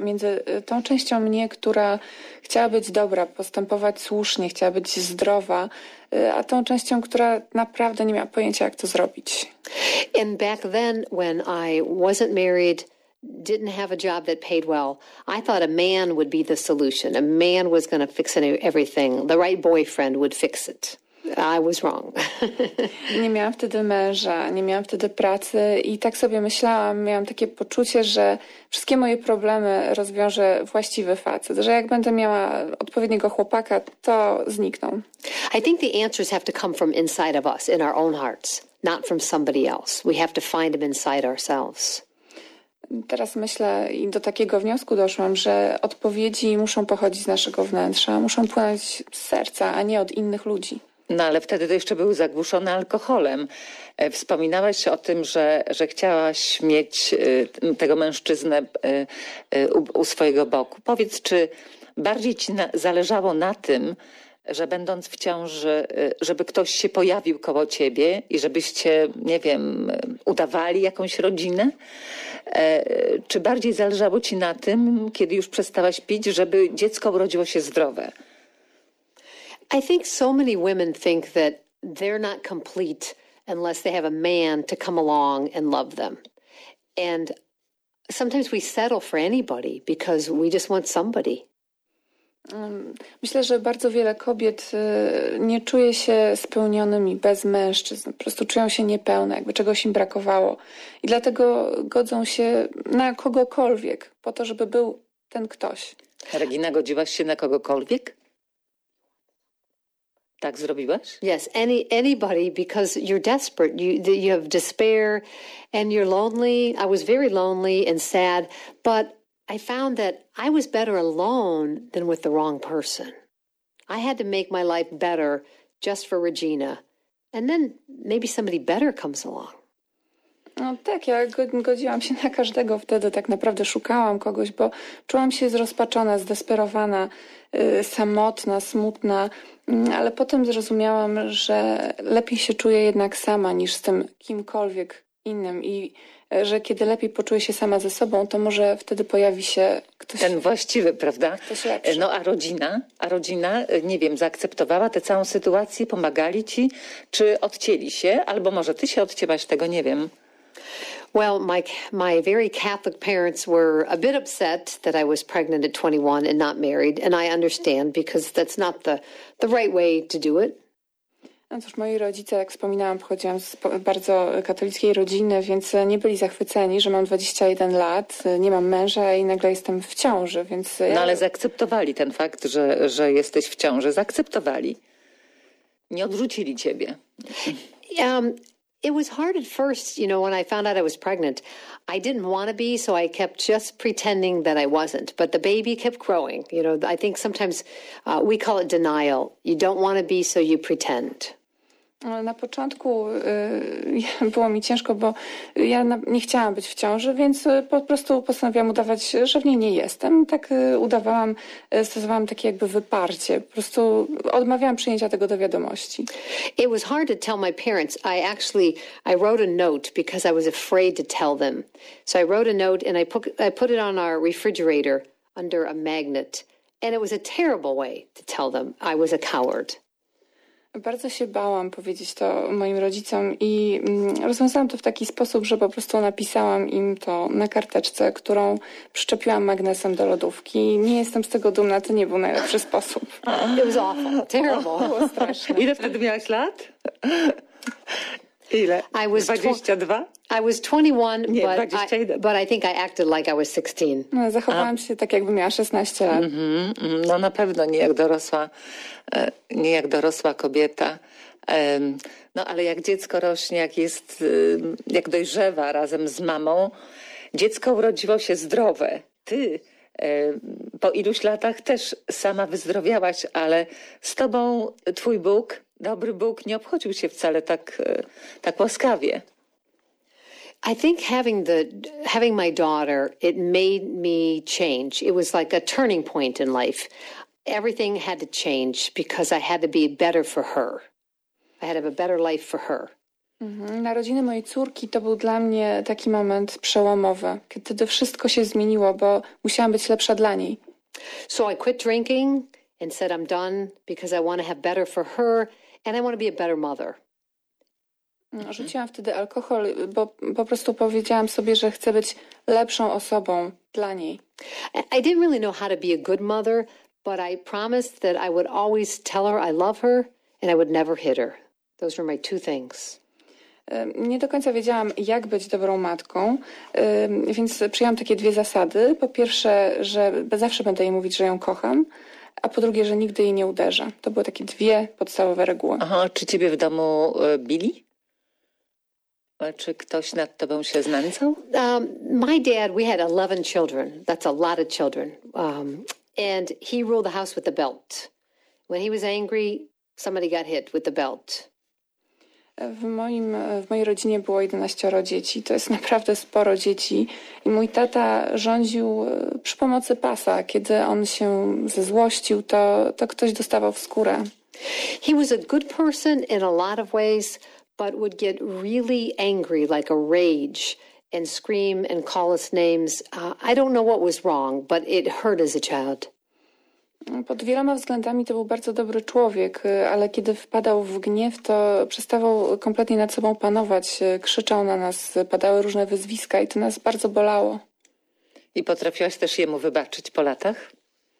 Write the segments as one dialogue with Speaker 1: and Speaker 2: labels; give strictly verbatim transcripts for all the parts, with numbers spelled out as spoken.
Speaker 1: między tą częścią mnie, która chciała być dobra, postępować słusznie, chciała być zdrowa, a tą częścią, która naprawdę nie miała pojęcia, jak to zrobić.
Speaker 2: And back then, when I wasn't married, didn't have a job that paid well, I thought a man would be the solution. A man was going to fix everything. The right boyfriend would fix it. I was wrong.
Speaker 1: Nie miałam wtedy męża, nie miałam wtedy pracy i tak sobie myślałam, miałam takie poczucie, że wszystkie moje problemy rozwiąże właściwy facet, że jak będę miała odpowiedniego chłopaka, to znikną.
Speaker 2: I think the answers have to come from inside of us, in our own hearts, not from somebody else. We have to find them inside ourselves.
Speaker 1: Teraz myślę i do takiego wniosku doszłam, że odpowiedzi muszą pochodzić z naszego wnętrza, muszą płynąć z serca, a nie od innych ludzi.
Speaker 3: No ale wtedy to jeszcze były zagłuszone alkoholem. Wspominałaś o tym, że, że chciałaś mieć tego mężczyznę u, u swojego boku. Powiedz, czy bardziej ci na, zależało na tym, że będąc w ciąży, żeby ktoś się pojawił koło ciebie i żebyście, nie wiem, udawali jakąś rodzinę? Czy bardziej zależało ci na tym, kiedy już przestałaś pić, żeby dziecko urodziło się zdrowe?
Speaker 2: I think so many women think that they're not complete unless they have a man to come along and love them. And sometimes we settle for anybody because we just want somebody.
Speaker 1: Myślę, że bardzo wiele kobiet nie czuje się spełnionymi bez mężczyzn. Po prostu czują się niepełne, jakby czegoś im brakowało. I dlatego godzą się na kogokolwiek, po to, żeby był ten ktoś.
Speaker 3: Regina, godziłaś się na kogokolwiek? Tak zrobiłaś?
Speaker 2: Yes, any anybody, because you're desperate. You you have despair and you're lonely. I was very lonely and sad, but I found that I was better alone than with the wrong person. I had to make my life better just for Regina. And then maybe somebody better comes along.
Speaker 1: No tak, ja godziłam się na każdego wtedy, tak naprawdę szukałam kogoś, bo czułam się zrozpaczona, zdesperowana, yy, samotna, smutna, yy, ale potem zrozumiałam, że lepiej się czuję jednak sama niż z tym kimkolwiek innym i yy, że kiedy lepiej poczuję się sama ze sobą, to może wtedy pojawi się ktoś...
Speaker 3: Ten właściwy, prawda?
Speaker 1: Ktoś lepszy.
Speaker 3: No a rodzina? A rodzina, nie wiem, zaakceptowała tę całą sytuację, pomagali ci, czy odcięli się? Albo może ty się odcięłaś, tego nie wiem.
Speaker 2: Well, my my very Catholic parents were a bit upset that I was pregnant at twenty-one and not married, and I understand because that's not the the right way to do it.
Speaker 1: No cóż, moi rodzice, jak wspominałam, pochodziłam z bardzo katolickiej rodziny, więc nie byli zachwyceni, że mam dwadzieścia jeden lat, nie mam męża i nagle jestem w ciąży, więc... Ja...
Speaker 3: No ale zaakceptowali ten fakt, że, że jesteś w ciąży. Zaakceptowali. Nie odrzucili ciebie.
Speaker 2: Um, It was hard at first, you know, when I found out I was pregnant. I didn't want to be, so I kept just pretending that I wasn't. But the baby kept growing. You know, I think sometimes uh, we call it denial. You don't want to be, so you pretend.
Speaker 1: Na początku y, było mi ciężko, bo ja na, nie chciałam być w ciąży, więc po prostu postanowiłam udawać, że w niej nie jestem. Tak y, udawałam, y, stosowałam takie jakby wyparcie. Po prostu odmawiałam przyjęcia tego do wiadomości.
Speaker 2: It was hard to tell my parents. I actually, I wrote a note because I was afraid to tell them. So I wrote a note and I put, I put it on our refrigerator under a magnet. And it was a terrible way to tell them I was a coward.
Speaker 1: Bardzo się bałam powiedzieć to moim rodzicom i rozwiązałam to w taki sposób, że po prostu napisałam im to na karteczce, którą przyczepiłam magnesem do lodówki. Nie jestem z tego dumna, to nie był najlepszy sposób.
Speaker 2: It was awful, terrible.
Speaker 1: Było straszne.
Speaker 3: Ile wtedy miałaś lat? Ile?
Speaker 2: I was
Speaker 3: dwadzieścia dwa?
Speaker 2: I was twenty-one,
Speaker 3: Nie,
Speaker 2: but,
Speaker 3: dwadzieścia jeden.
Speaker 2: I, but I think I acted like I was sixteen.
Speaker 1: No, zachowałam się tak, jakby miała szesnaście lat.
Speaker 3: Mm-hmm, no na pewno nie jak dorosła, nie jak dorosła kobieta. No ale jak dziecko rośnie, jak jest, jak dojrzewa razem z mamą, dziecko urodziło się zdrowe. Ty po iluś latach też sama wyzdrowiałaś, ale z tobą twój Bóg, dobry Bóg, nie obchodził się wcale tak, tak łaskawie.
Speaker 2: I think having the having my daughter, it made me change. It was like a turning point in life. Everything had to change because I had to be better for her. I had to have a better life for her.
Speaker 1: Mhm. Narodziny mojej córki to był dla mnie taki moment przełomowy, kiedy wtedy wszystko się zmieniło, bo musiałam być lepsza dla niej.
Speaker 2: So I quit drinking and said I'm done because I want to have better for her and I want to be a better mother.
Speaker 1: Rzuciłam wtedy alkohol, bo po prostu powiedziałam sobie, że chcę być lepszą osobą dla niej.
Speaker 2: I didn't really know how to be a good mother, but I promised that I would always tell her I love her and I would never hit her. Those were my two things.
Speaker 1: Nie do końca wiedziałam, jak być dobrą matką, więc przyjęłam takie dwie zasady. Po pierwsze, że zawsze będę jej mówić, że ją kocham, a po drugie, że nigdy jej nie uderzę. To były takie dwie podstawowe reguły.
Speaker 3: Aha, czy ciebie w domu bili? Czy ktoś nad tobą się znęcał?
Speaker 2: Um, my dad, we had eleven children. That's a lot of children. Um, and he ruled the house with the belt. When he was angry, somebody got hit with the belt.
Speaker 1: W, moim, w mojej rodzinie było jedenaścioro dzieci. To jest naprawdę sporo dzieci. I mój tata rządził przy pomocy pasa. Kiedy on się zezłościł, to, to ktoś dostawał w skórę.
Speaker 2: He was a good person in a lot of ways, but would get really angry, like a rage, and scream and call us names. Uh, I don't know what was wrong, but it hurt as a child.
Speaker 1: Pod wieloma względami to był bardzo dobry człowiek, ale kiedy wpadał w gniew, to przestawał kompletnie nad sobą panować. Krzyczał na nas, padały różne wyzwiska i to nas bardzo bolało.
Speaker 3: I potrafiłaś też jemu wybaczyć po latach?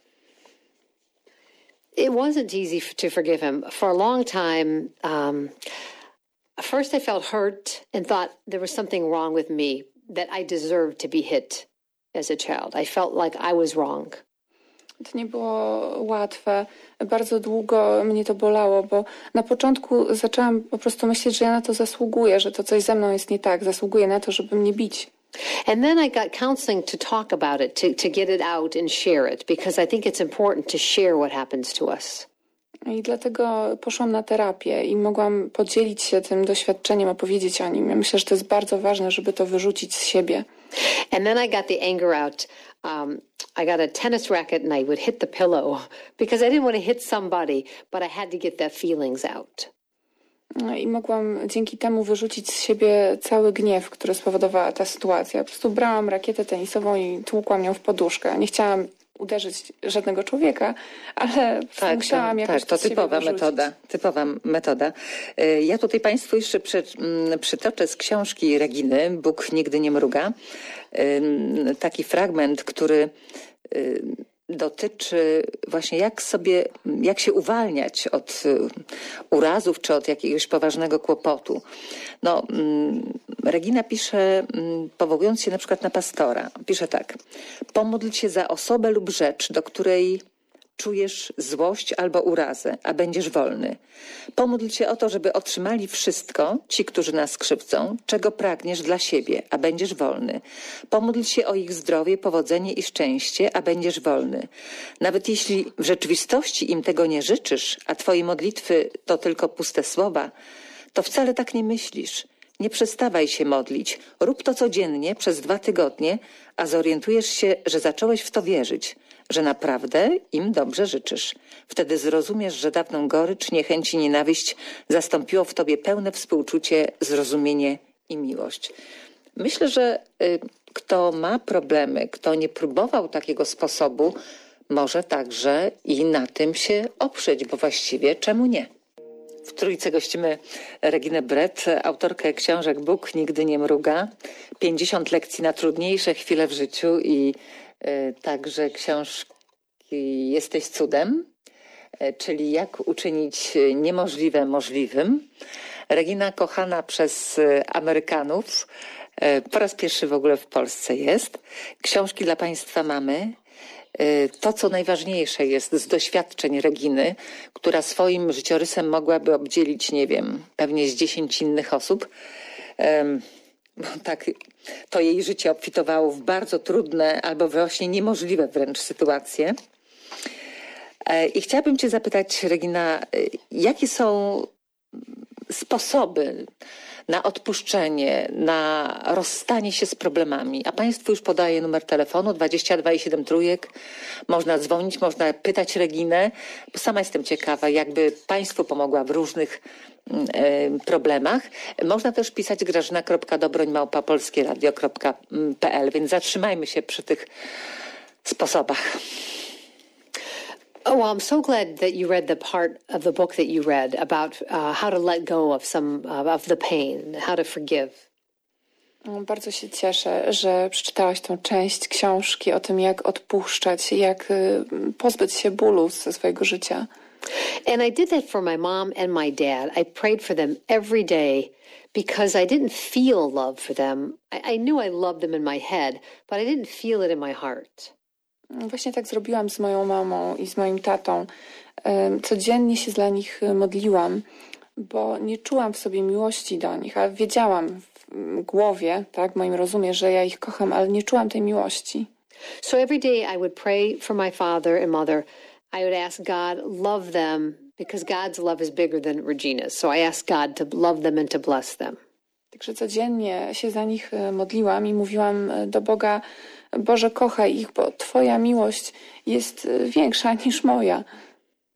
Speaker 2: It wasn't easy to forgive him. For a long time, um, first I felt hurt and thought there was something wrong with me, that I deserved to be hit as a child. I felt like I was wrong.
Speaker 1: To nie było łatwe. Bardzo długo mnie to bolało, bo na początku zaczęłam po prostu myśleć, że ja na to zasługuję, że to coś ze mną jest nie tak. Zasługuję na to, żeby mnie bić.
Speaker 2: And then I got counseling to talk about it, to, to get it out and share it, because I think it's important to share what happens to us.
Speaker 1: I dlatego poszłam na terapię i mogłam podzielić się tym doświadczeniem, opowiedzieć o nim. Ja myślę, że to jest bardzo ważne, żeby to wyrzucić z siebie.
Speaker 2: And then I got the anger out. Um, I got a tennis racket and I would hit the pillow because I didn't want to hit somebody, but I had to get the feelings out.
Speaker 1: No i mogłam dzięki temu wyrzucić z siebie cały gniew, który spowodowała ta sytuacja. Po prostu brałam rakietę tenisową i tłukłam ją w poduszkę. Nie chciałam uderzyć żadnego człowieka, ale
Speaker 3: tak,
Speaker 1: musiałam
Speaker 3: to,
Speaker 1: jakoś
Speaker 3: tak, to
Speaker 1: z siebie
Speaker 3: typowa
Speaker 1: wyrzucić.
Speaker 3: metoda, typowa metoda. Ja tutaj Państwu jeszcze przy, przytoczę z książki Reginy Bóg nigdy nie mruga taki fragment, który dotyczy właśnie jak sobie, jak się uwalniać od urazów czy od jakiegoś poważnego kłopotu. No, Regina pisze, powołując się na przykład na pastora, pisze tak: pomódl się za osobę lub rzecz, do której czujesz złość albo urazę, a będziesz wolny. Pomódl się o to, żeby otrzymali wszystko ci, którzy nas krzywdzą, czego pragniesz dla siebie, a będziesz wolny. Pomódl się o ich zdrowie, powodzenie i szczęście, a będziesz wolny. Nawet jeśli w rzeczywistości im tego nie życzysz, a twoje modlitwy to tylko puste słowa, to wcale tak nie myślisz. Nie przestawaj się modlić. Rób to codziennie przez dwa tygodnie, a zorientujesz się, że zacząłeś w to wierzyć, że naprawdę im dobrze życzysz. Wtedy zrozumiesz, że dawną gorycz, niechęć i nienawiść zastąpiło w tobie pełne współczucie, zrozumienie i miłość. Myślę, że y, kto ma problemy, kto nie próbował takiego sposobu, może także i na tym się oprzeć, bo właściwie czemu nie? W Trójce gościmy Reginę Brett, autorkę książek Bóg nigdy nie mruga, pięćdziesiąt lekcji na trudniejsze chwile w życiu i y, także książki Jesteś cudem, y, czyli jak uczynić niemożliwe możliwym. Regina kochana przez Amerykanów, y, po raz pierwszy w ogóle w Polsce jest. Książki dla Państwa mamy. To, co najważniejsze jest z doświadczeń Reginy, która swoim życiorysem mogłaby obdzielić, nie wiem, pewnie z dziesięć innych osób, bo tak to jej życie obfitowało w bardzo trudne albo właśnie niemożliwe wręcz sytuacje. I chciałabym Cię zapytać, Regina, jakie są sposoby na odpuszczenie, na rozstanie się z problemami. A Państwu już podaję numer telefonu dwadzieścia dwa i siedem trójek. Można dzwonić, można pytać Reginę, bo sama jestem ciekawa, jakby Państwu pomogła w różnych problemach. Można też pisać grażyna kropka dobroń małpa polskie radio kropka p l, więc zatrzymajmy się przy tych sposobach.
Speaker 2: Oh, well, I'm so glad that you read the part of the book that you read about uh, how to let go of some uh, of the pain, how to forgive.
Speaker 1: Bardzo się cieszę, że przeczytałaś tą część książki o tym, jak odpuszczać, jak pozbyć się bólu ze swojego życia.
Speaker 2: And I did that for my mom and my dad. I prayed for them every day because I didn't feel love for them. I, I knew I loved them in my head, but I didn't feel it in my heart.
Speaker 1: Właśnie tak zrobiłam z moją mamą i z moim tatą. Codziennie się dla nich modliłam, bo nie czułam w sobie miłości do nich, ale wiedziałam w głowie, tak, w moim rozumie, że ja ich kocham, ale nie czułam tej miłości.
Speaker 2: So every day I would pray for my father and mother. I would ask God, love them, because God's love is bigger than Regina's. So I asked God to love them and to bless them.
Speaker 1: Także codziennie się za nich modliłam i mówiłam do Boga, Boże, kochaj ich, bo Twoja miłość jest większa niż moja.